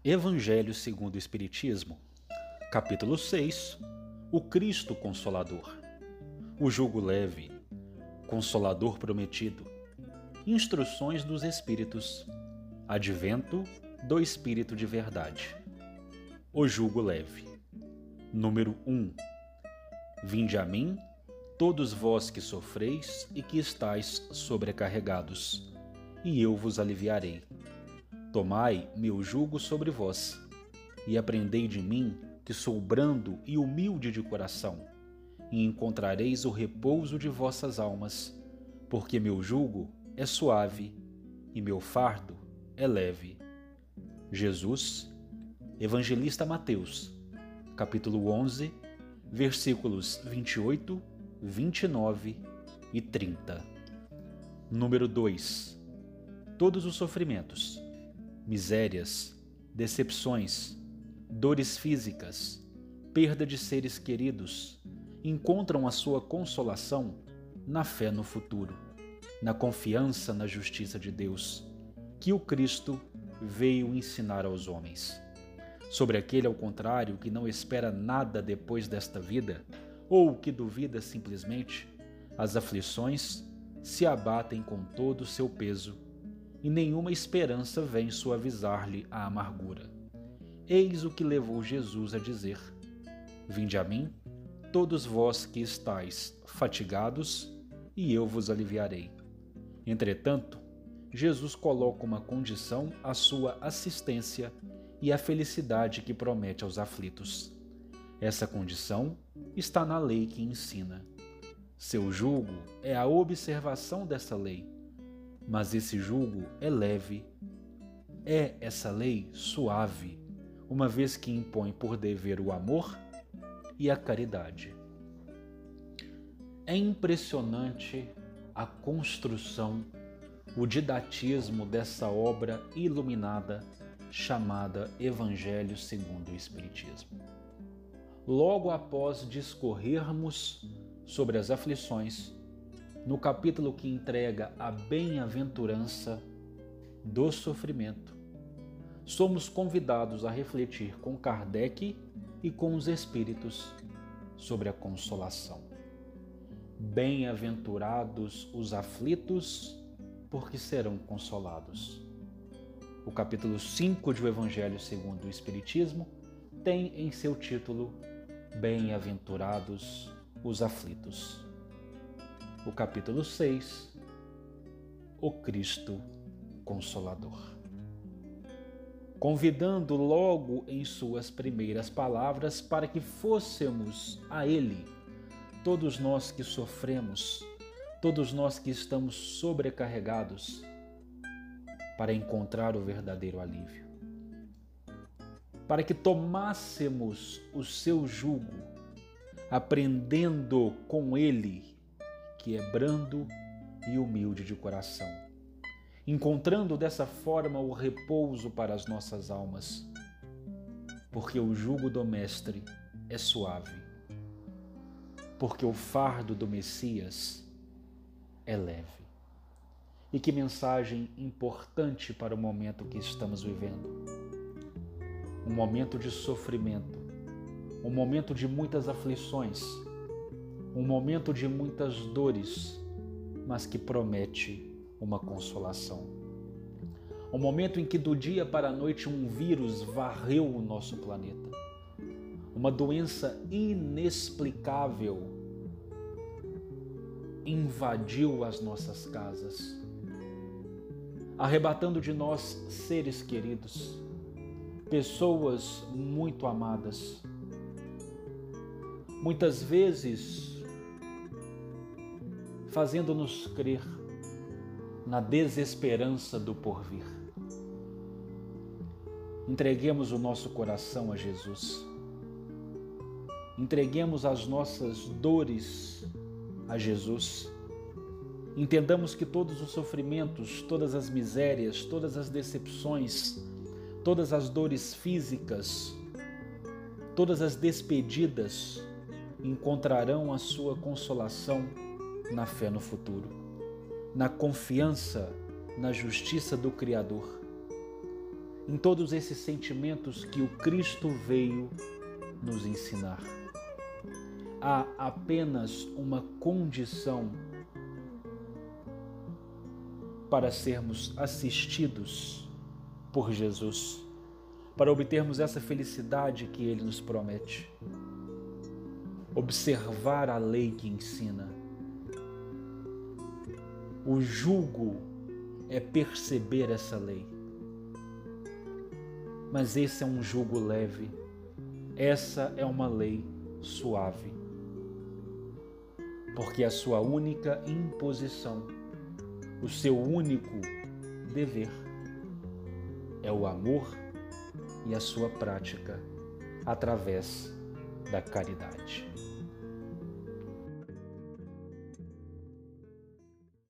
Evangelho segundo o Espiritismo, capítulo 6. O Cristo Consolador. O jugo leve, Consolador prometido. Instruções dos Espíritos. Advento do Espírito de Verdade. O jugo leve. Número 1. Vinde a mim, todos vós que sofreis e que estáis sobrecarregados, e eu vos aliviarei. Tomai meu jugo sobre vós, e aprendei de mim, que sou brando e humilde de coração, e encontrareis o repouso de vossas almas, porque meu jugo é suave e meu fardo é leve. Jesus, Evangelista Mateus, capítulo 11, versículos 28, 29 e 30. Número 2. Todos os sofrimentos, misérias, decepções, dores físicas, perda de seres queridos, encontram a sua consolação na fé no futuro, na confiança na justiça de Deus, que o Cristo veio ensinar aos homens. Sobre aquele, ao contrário, que não espera nada depois desta vida, ou que duvida simplesmente, as aflições se abatem com todo o seu peso, e nenhuma esperança vem suavizar-lhe a amargura. Eis o que levou Jesus a dizer: Vinde a mim, todos vós que estáis fatigados, e eu vos aliviarei. Entretanto, Jesus coloca uma condição à sua assistência e à felicidade que promete aos aflitos. Essa condição está na lei que ensina. Seu jugo é a observação dessa lei, mas esse jugo é leve. É essa lei suave, uma vez que impõe por dever o amor e a caridade. É impressionante a construção, o didatismo dessa obra iluminada chamada Evangelho segundo o Espiritismo. Logo após discorrermos sobre as aflições, no capítulo que entrega a bem-aventurança do sofrimento, somos convidados a refletir com Kardec e com os Espíritos sobre a consolação. Bem-aventurados os aflitos, porque serão consolados. O capítulo 5 de O Evangelho segundo o Espiritismo tem em seu título Bem-aventurados os aflitos. O capítulo 6, o Cristo Consolador. Convidando logo em suas primeiras palavras para que fôssemos a Ele, todos nós que sofremos, todos nós que estamos sobrecarregados, para encontrar o verdadeiro alívio. Para que tomássemos o seu jugo, aprendendo com Ele, que é brando e humilde de coração, encontrando dessa forma o repouso para as nossas almas, porque o jugo do Mestre é suave, porque o fardo do Messias é leve. E que mensagem importante para o momento que estamos vivendo. Um momento de sofrimento, um momento de muitas aflições, um momento de muitas dores, mas que promete uma consolação. Um momento em que do dia para a noite um vírus varreu o nosso planeta. Uma doença inexplicável invadiu as nossas casas, arrebatando de nós seres queridos, pessoas muito amadas. Muitas vezes, fazendo-nos crer na desesperança do porvir. Entreguemos o nosso coração a Jesus. Entreguemos as nossas dores a Jesus. Entendamos que todos os sofrimentos, todas as misérias, todas as decepções, todas as dores físicas, todas as despedidas encontrarão a sua consolação na fé no futuro, na confiança na justiça do Criador em todos esses sentimentos que o Cristo veio nos ensinar. Há apenas uma condição para sermos assistidos por Jesus, para obtermos essa felicidade que Ele nos promete. Observar a lei que ensina. O jugo é perceber essa lei. Mas esse é um jugo leve. Essa é uma lei suave. Porque a sua única imposição, o seu único dever, é o amor e a sua prática através da caridade.